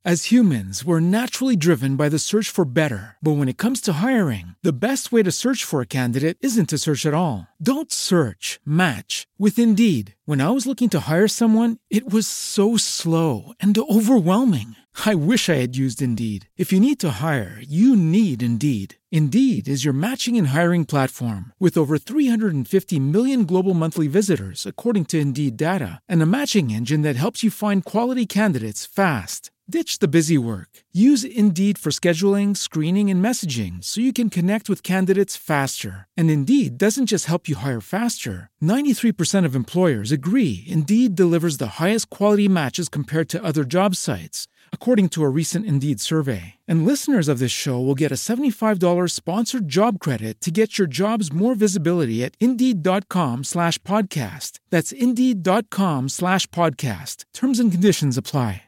As humans, we're naturally driven by the search for better. But when it comes to hiring, the best way to search for a candidate isn't to search at all. Don't search, match with Indeed. When I was looking to hire someone, it was so slow and overwhelming. I wish I had used Indeed. If you need to hire, you need Indeed. Indeed is your matching and hiring platform with over 350 million global monthly visitors, according to Indeed data, and a matching engine that helps you find quality candidates fast. Ditch the busy work. Use Indeed for scheduling, screening, and messaging so you can connect with candidates faster. And Indeed doesn't just help you hire faster. 93% of employers agree Indeed delivers the highest quality matches compared to other job sites, according to a recent Indeed survey. And listeners of this show will get a $75 sponsored job credit to get your jobs more visibility at Indeed.com/podcast. That's Indeed.com/podcast. Terms and conditions apply.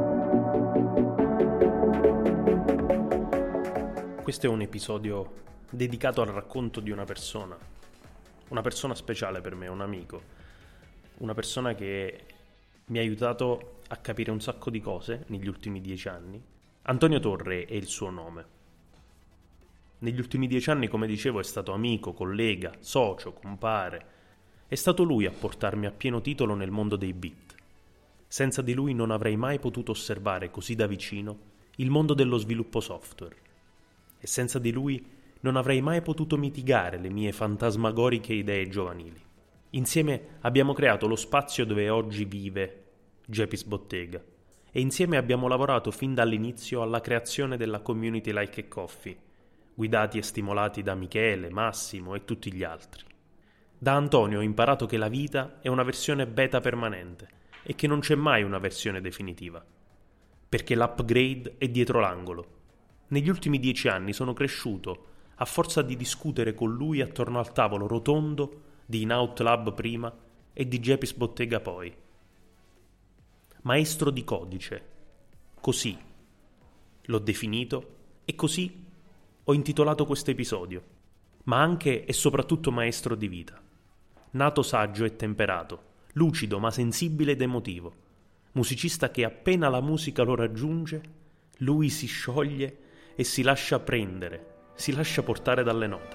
Questo è un episodio dedicato al racconto di una persona speciale per me, un amico, una persona che mi ha aiutato a capire un sacco di cose negli ultimi 10 anni. Antonio Torre è il suo nome. Negli ultimi 10 anni, come dicevo, è stato amico, collega, socio, compare. È stato lui a portarmi a pieno titolo nel mondo dei beat. Senza di lui non avrei mai potuto osservare così da vicino il mondo dello sviluppo software. E senza di lui non avrei mai potuto mitigare le mie fantasmagoriche idee giovanili. Insieme abbiamo creato lo spazio dove oggi vive Gepis Bottega e insieme abbiamo lavorato fin dall'inizio alla creazione della community Like a Coffee, guidati e stimolati da Michele, Massimo e tutti gli altri. Da Antonio ho imparato che la vita è una versione beta permanente e che non c'è mai una versione definitiva, perché l'upgrade è dietro l'angolo. Negli ultimi 10 anni sono cresciuto a forza di discutere con lui attorno al tavolo rotondo di In-Out Lab prima e di Gepis Bottega poi. Maestro di codice. Così l'ho definito e così ho intitolato questo episodio. Ma anche e soprattutto maestro di vita. Nato saggio e temperato, lucido ma sensibile ed emotivo. Musicista che appena la musica lo raggiunge, lui si scioglie e si lascia prendere, si lascia portare dalle note.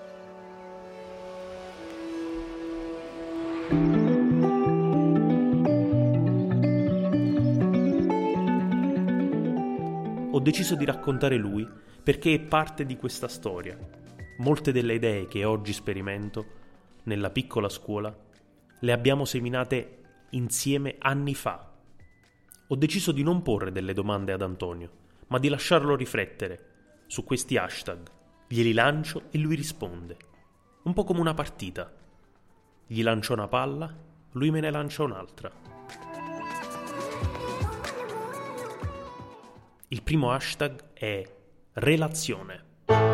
Ho deciso di raccontare lui perché è parte di questa storia. Molte delle idee che oggi sperimento nella piccola scuola le abbiamo seminate insieme anni fa. Ho deciso di non porre delle domande ad Antonio, ma di lasciarlo riflettere su questi hashtag. Glieli lancio e lui risponde. Un po' come una partita. Gli lancio una palla, lui me ne lancia un'altra. Il primo hashtag è relazione.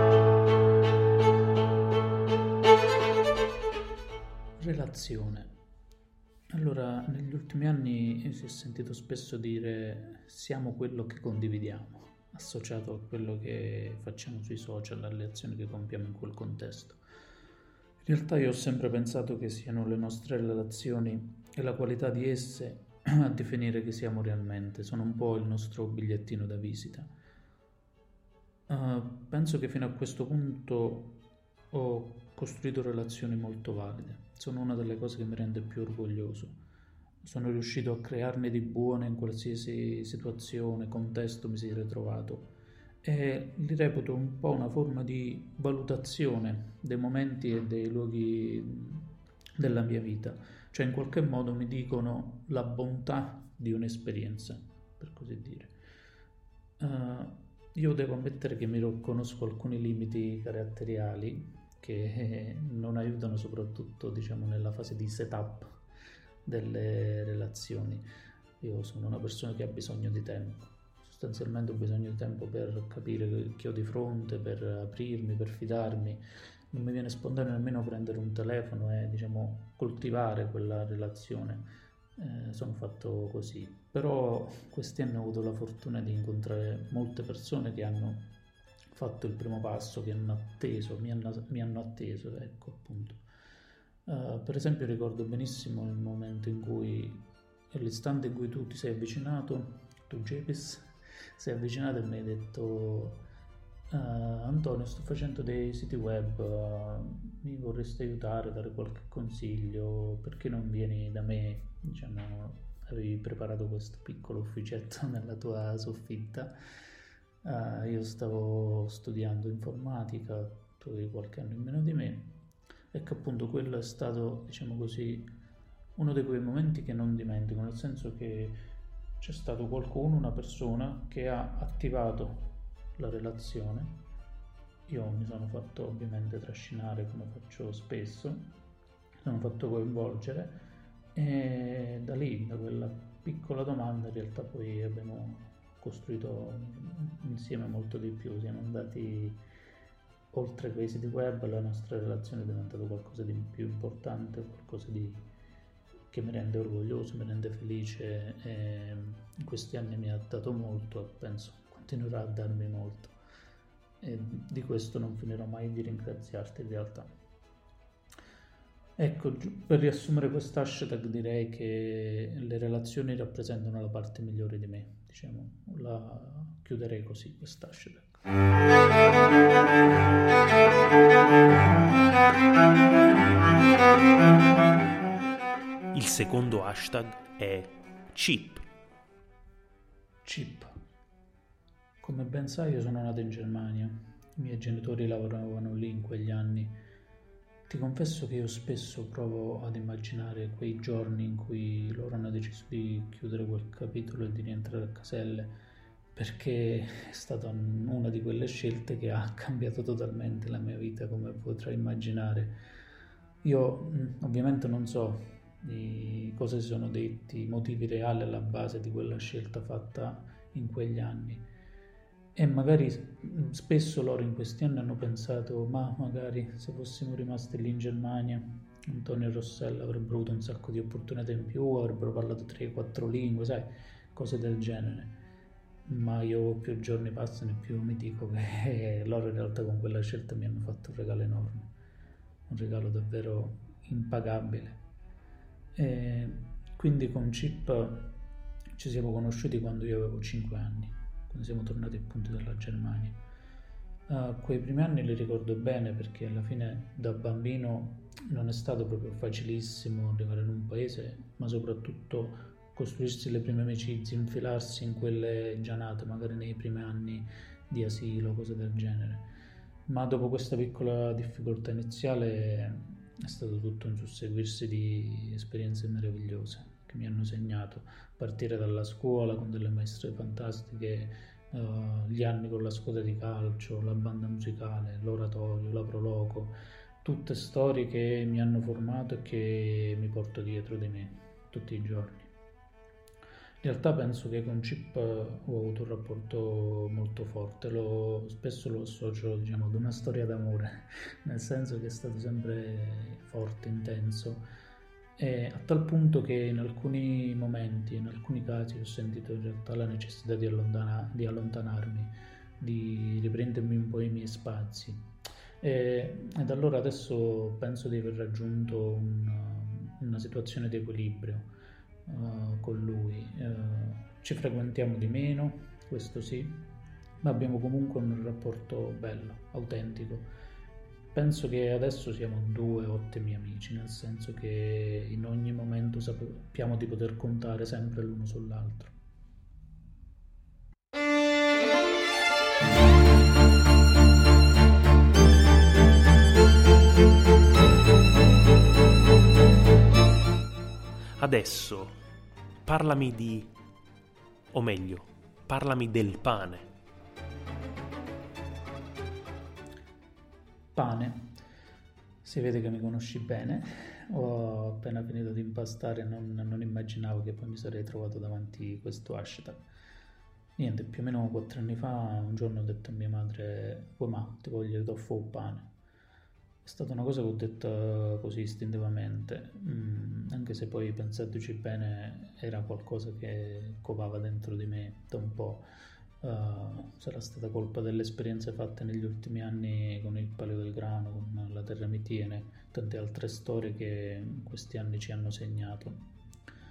Relazione. Allora, negli ultimi anni si è sentito spesso dire siamo quello che condividiamo, associato a quello che facciamo sui social, alle azioni che compiamo in quel contesto. In realtà io ho sempre pensato che siano le nostre relazioni e la qualità di esse a definire chi siamo realmente, sono un po' il nostro bigliettino da visita. Penso che fino a questo punto ho costruito relazioni molto valide, sono una delle cose che mi rende più orgoglioso. Sono riuscito a crearne di buone in qualsiasi situazione, contesto mi sia ritrovato e li reputo un po' una forma di valutazione dei momenti e dei luoghi della mia vita, cioè in qualche modo mi dicono la bontà di un'esperienza, per così dire. Io devo ammettere che mi riconosco alcuni limiti caratteriali che non aiutano soprattutto, diciamo, nella fase di setup delle relazioni. Io sono una persona che ha bisogno di tempo, sostanzialmente ho bisogno di tempo per capire chi ho di fronte, per aprirmi, per fidarmi. Non mi viene spontaneo nemmeno prendere un telefono e, diciamo, coltivare quella relazione. Sono fatto così, però questi anni ho avuto la fortuna di incontrare molte persone che hanno fatto il primo passo, che hanno atteso, mi hanno atteso, ecco, appunto. Per esempio ricordo benissimo l'istante in cui tu ti sei avvicinato, tu Gepis, si è avvicinato e mi ha detto Antonio, sto facendo dei siti web, mi vorresti aiutare, dare qualche consiglio, perché non vieni da me? Diciamo, avevi preparato questo piccolo ufficetto nella tua soffitta. Io stavo studiando informatica, tu avevi qualche anno in meno di me, e che appunto quello è stato, diciamo così, uno di quei momenti che non dimentico, nel senso che c'è stato qualcuno, una persona che ha attivato la relazione. Io mi sono fatto ovviamente trascinare, come faccio spesso, mi sono fatto coinvolgere, e da lì, da quella piccola domanda, in realtà poi abbiamo costruito insieme molto di più, siamo andati oltre quei siti web, la nostra relazione è diventata qualcosa di più importante, qualcosa che mi rende orgoglioso, mi rende felice, e in questi anni mi ha dato molto e penso continuerà a darmi molto, e di questo non finirò mai di ringraziarti in realtà. Ecco, per riassumere questo hashtag direi che le relazioni rappresentano la parte migliore di me, diciamo, la chiuderei così questo hashtag. Il secondo hashtag è CHIP. CHIP. Come ben sai, io sono nato in Germania, i miei genitori lavoravano lì in quegli anni. Ti confesso che io spesso provo ad immaginare quei giorni in cui loro hanno deciso di chiudere quel capitolo e di rientrare a Caselle, perché è stata una di quelle scelte che ha cambiato totalmente la mia vita, come potrai immaginare. Io ovviamente non so cosa si sono detti, i motivi reali alla base di quella scelta fatta in quegli anni. E magari spesso loro in questi anni hanno pensato, ma magari se fossimo rimasti lì in Germania, Antonio e Rossella avrebbero avuto un sacco di opportunità in più, avrebbero parlato 3-4 lingue, sai, cose del genere. Ma io più giorni passano e più mi dico che loro in realtà con quella scelta mi hanno fatto un regalo enorme, un regalo davvero impagabile. E quindi con Chip ci siamo conosciuti quando io avevo 5 anni. Quando siamo tornati appunto dalla Germania. Quei primi anni li ricordo bene perché alla fine da bambino non è stato proprio facilissimo arrivare in un paese, ma soprattutto costruirsi le prime amicizie, infilarsi in quelle già nate, magari nei primi anni di asilo, cose del genere. Ma dopo questa piccola difficoltà iniziale è stato tutto un susseguirsi di esperienze meravigliose che mi hanno segnato. Partire dalla scuola con delle maestre fantastiche, gli anni con la squadra di calcio, la banda musicale, l'oratorio, la Proloco, tutte storie che mi hanno formato e che mi porto dietro di me tutti i giorni. In realtà penso che con Chip ho avuto un rapporto molto forte, spesso lo associo, diciamo, ad una storia d'amore, nel senso che è stato sempre forte, intenso, e a tal punto che in alcuni momenti, in alcuni casi ho sentito in realtà la necessità di allontanarmi, di riprendermi un po' i miei spazi, ed allora adesso penso di aver raggiunto una situazione di equilibrio con lui. Ci frequentiamo di meno, questo sì, ma abbiamo comunque un rapporto bello, autentico. Penso che adesso siamo 2 ottimi amici, nel senso che in ogni momento sappiamo di poter contare sempre l'uno sull'altro. Adesso parlami parlami del pane. Pane, si vede che mi conosci bene, ho appena finito di impastare, non immaginavo che poi mi sarei trovato davanti questo hashtag. Niente, più o meno 4 anni fa, un giorno ho detto a mia madre, ma ti voglio da un pane. È stata una cosa che ho detto così istintivamente, anche se poi pensandoci bene era qualcosa che covava dentro di me da un po'. Sarà stata colpa delle esperienze fatte negli ultimi anni con il Palio del Grano, con la Terra mi tiene, tante altre storie che in questi anni ci hanno segnato.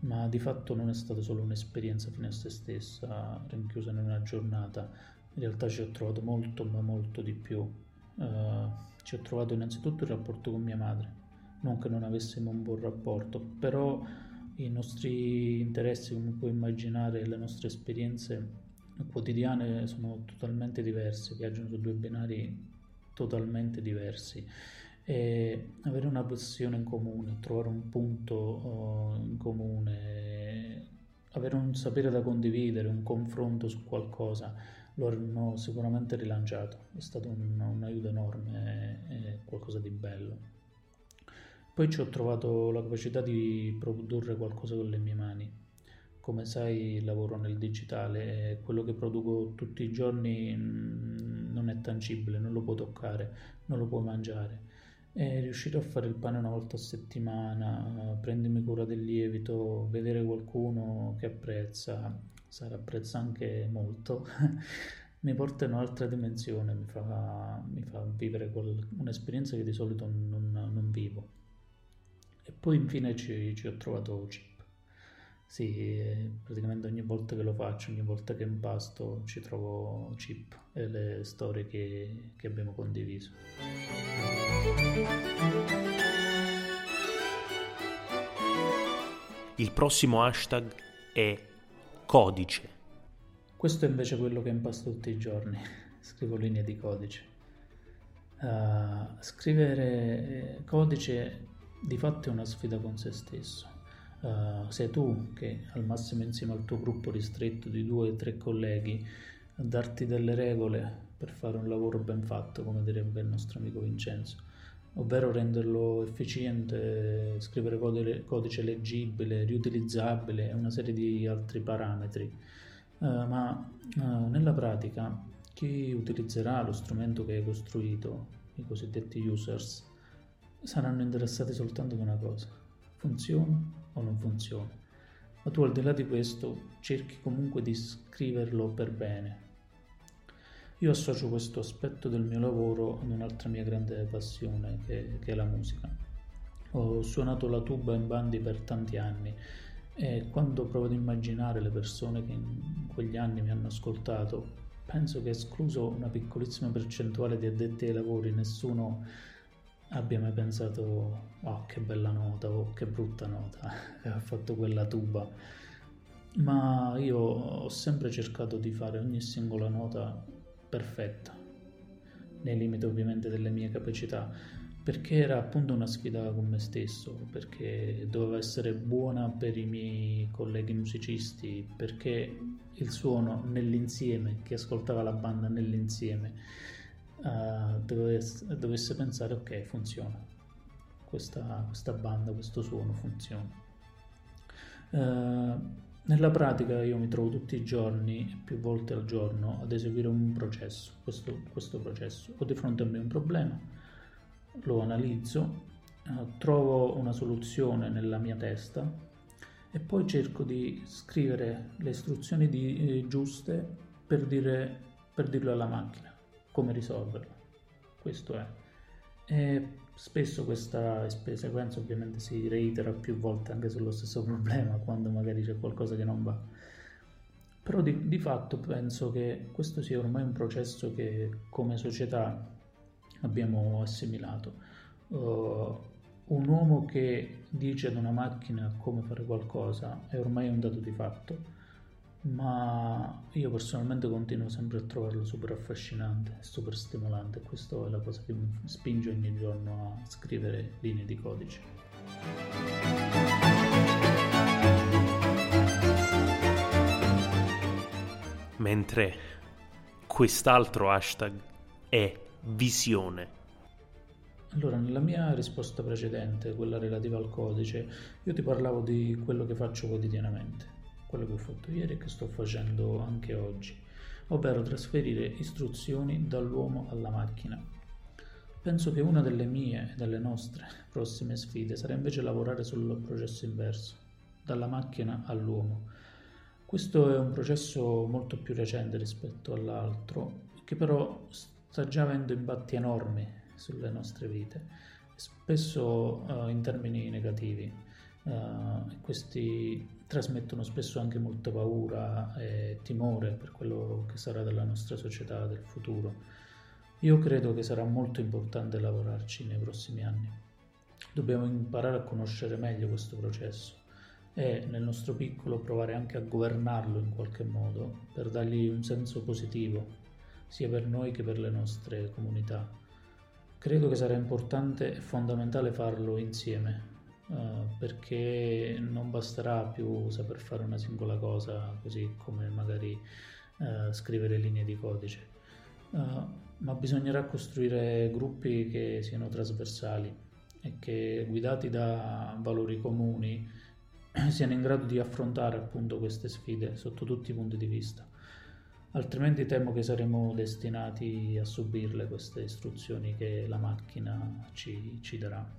ma di fatto non è stata solo un'esperienza fine a se stessa, rinchiusa in una giornata. In realtà ci ho trovato molto, ma molto di più. Ci ho trovato innanzitutto il rapporto con mia madre, non che non avessimo un buon rapporto, però i nostri interessi, come puoi immaginare, le nostre esperienze quotidiane sono totalmente diverse, viaggiano su due binari totalmente diversi, e avere una passione in comune, trovare un punto in comune, avere un sapere da condividere, un confronto su qualcosa, lo hanno sicuramente rilanciato. È stato un aiuto enorme e qualcosa di bello. Poi ci ho trovato la capacità di produrre qualcosa con le mie mani. Come sai, lavoro nel digitale e quello che produco tutti i giorni non è tangibile, non lo puoi toccare, non lo puoi mangiare. E riuscire a fare il pane una volta a settimana, prendermi cura del lievito, vedere qualcuno che apprezza, Sara apprezza anche molto, mi porta in un'altra dimensione, mi fa vivere un'esperienza che di solito non vivo. E poi infine ci ho trovato Chip. Sì, praticamente ogni volta che lo faccio, ogni volta che impasto, ci trovo Chip e le storie che abbiamo condiviso. Il prossimo hashtag è codice. Questo è invece quello che impasto tutti i giorni. Scrivo linee di codice. Scrivere codice di fatto è una sfida con se stesso. Sei tu che al massimo insieme al tuo gruppo ristretto di 2 o 3 colleghi a darti delle regole per fare un lavoro ben fatto, come direbbe il nostro amico Vincenzo, ovvero renderlo efficiente, scrivere codice leggibile, riutilizzabile e una serie di altri parametri. Ma nella pratica chi utilizzerà lo strumento che hai costruito, i cosiddetti users, saranno interessati soltanto ad una cosa: funziona o non funziona. Ma tu, al di là di questo, cerchi comunque di scriverlo per bene. Io associo questo aspetto del mio lavoro ad un'altra mia grande passione, che è la musica. Ho suonato la tuba in bandi per tanti anni e quando provo ad immaginare le persone che in quegli anni mi hanno ascoltato, penso che, escluso una piccolissima percentuale di addetti ai lavori, nessuno abbia mai pensato "oh, che bella nota" o "che brutta nota che ha fatto quella tuba". Ma io ho sempre cercato di fare ogni singola nota perfetta, nei limiti ovviamente delle mie capacità, perché era appunto una sfida con me stesso, perché doveva essere buona per i miei colleghi musicisti, perché il suono nell'insieme, chi ascoltava la banda nell'insieme, dovesse pensare ok, funziona, questa banda, questo suono funziona. Nella pratica io mi trovo tutti i giorni, più volte al giorno, ad eseguire un processo, questo processo. Ho di fronte a me un problema, lo analizzo, trovo una soluzione nella mia testa e poi cerco di scrivere le istruzioni giuste per dirlo alla macchina come risolverla. Questo è. E spesso questa sequenza ovviamente si reitera più volte anche sullo stesso problema, quando magari c'è qualcosa che non va. Però di fatto penso che questo sia ormai un processo che come società abbiamo assimilato. Un uomo che dice ad una macchina come fare qualcosa è ormai un dato di fatto, ma io personalmente continuo sempre a trovarlo super affascinante e super stimolante, e questa è la cosa che mi spinge ogni giorno a scrivere linee di codice. Mentre quest'altro hashtag è visione. Allora, nella mia risposta precedente, quella relativa al codice, io ti parlavo di quello che faccio quotidianamente, quello che ho fatto ieri e che sto facendo anche oggi, ovvero trasferire istruzioni dall'uomo alla macchina. Penso che una delle mie e delle nostre prossime sfide sarà invece lavorare sul processo inverso, dalla macchina all'uomo. Questo è un processo molto più recente rispetto all'altro, che però sta già avendo impatti enormi sulle nostre vite, spesso in termini negativi. e questi trasmettono spesso anche molta paura e timore per quello che sarà della nostra società del futuro. Io credo che sarà molto importante lavorarci nei prossimi anni. Dobbiamo imparare a conoscere meglio questo processo e nel nostro piccolo provare anche a governarlo in qualche modo per dargli un senso positivo, sia per noi che per le nostre comunità. Credo che sarà importante e fondamentale farlo insieme, perché non basterà più saper fare una singola cosa, così come magari scrivere linee di codice, ma bisognerà costruire gruppi che siano trasversali e che, guidati da valori comuni, siano in grado di affrontare appunto queste sfide sotto tutti i punti di vista. Altrimenti temo che saremo destinati a subirle queste istruzioni che la macchina ci darà.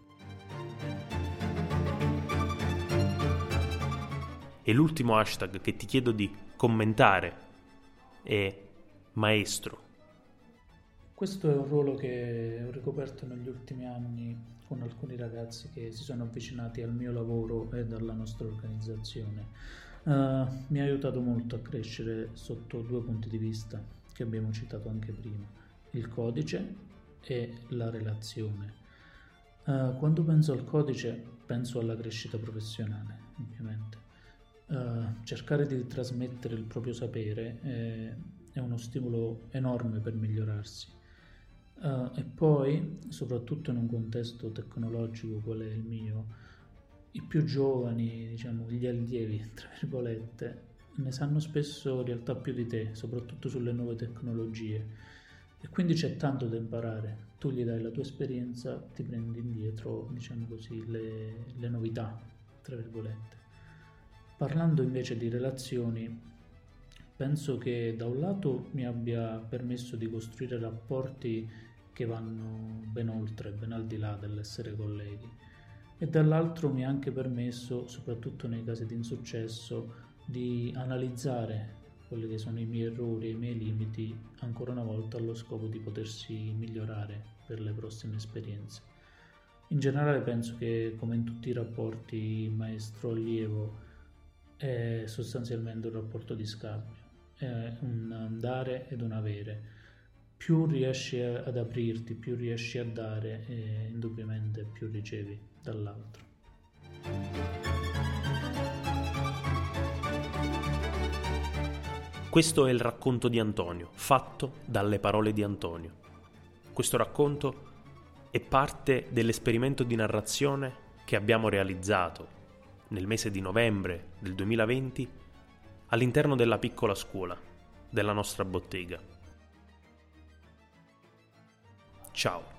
E l'ultimo hashtag che ti chiedo di commentare è maestro. Questo è un ruolo che ho ricoperto negli ultimi anni con alcuni ragazzi che si sono avvicinati al mio lavoro e alla nostra organizzazione. Mi ha aiutato molto a crescere sotto 2 punti di vista che abbiamo citato anche prima: il codice e la relazione. Quando penso al codice, penso alla crescita professionale, ovviamente. Cercare di trasmettere il proprio sapere è uno stimolo enorme per migliorarsi. E poi, soprattutto in un contesto tecnologico qual è il mio, i più giovani, diciamo gli allievi, tra virgolette, ne sanno spesso in realtà più di te, soprattutto sulle nuove tecnologie, e quindi c'è tanto da imparare. Tu gli dai la tua esperienza, ti prendi indietro, diciamo così, le novità, tra virgolette. Parlando invece di relazioni, penso che da un lato mi abbia permesso di costruire rapporti che vanno ben oltre, ben al di là dell'essere colleghi, e dall'altro mi ha anche permesso, soprattutto nei casi di insuccesso, di analizzare quelli che sono i miei errori e i miei limiti ancora una volta allo scopo di potersi migliorare per le prossime esperienze. In generale penso che, come in tutti i rapporti maestro-allievo, è sostanzialmente un rapporto di scambio, è un dare ed un avere. Più riesci ad aprirti, più riesci a dare, e indubbiamente più ricevi dall'altro. Questo è il racconto di Antonio, fatto dalle parole di Antonio. Questo racconto è parte dell'esperimento di narrazione che abbiamo realizzato nel mese di novembre del 2020 all'interno della piccola scuola della nostra bottega. Ciao.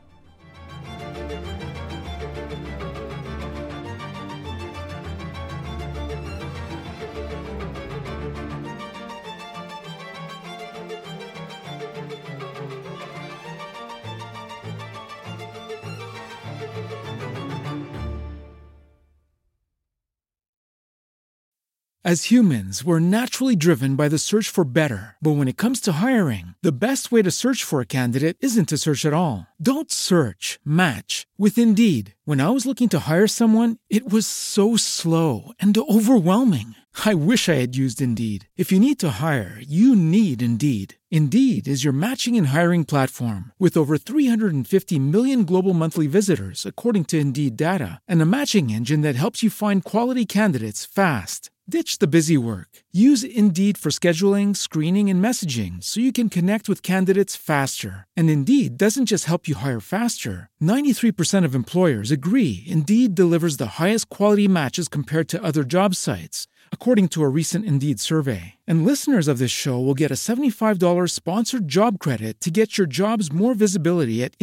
As humans, we're naturally driven by the search for better. But when it comes to hiring, the best way to search for a candidate isn't to search at all. Don't search, match with Indeed. When I was looking to hire someone, it was so slow and overwhelming. I wish I had used Indeed. If you need to hire, you need Indeed. Indeed is your matching and hiring platform with over 350 million global monthly visitors, according to Indeed data, and a matching engine that helps you find quality candidates fast. Ditch the busy work. Use Indeed for scheduling, screening, and messaging so you can connect with candidates faster. And Indeed doesn't just help you hire faster. 93% of employers agree Indeed delivers the highest quality matches compared to other job sites, according to a recent Indeed survey. And listeners of this show will get a $75 sponsored job credit to get your jobs more visibility at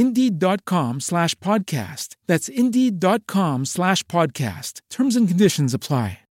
Indeed.com/podcast. That's Indeed.com/podcast. Terms and conditions apply.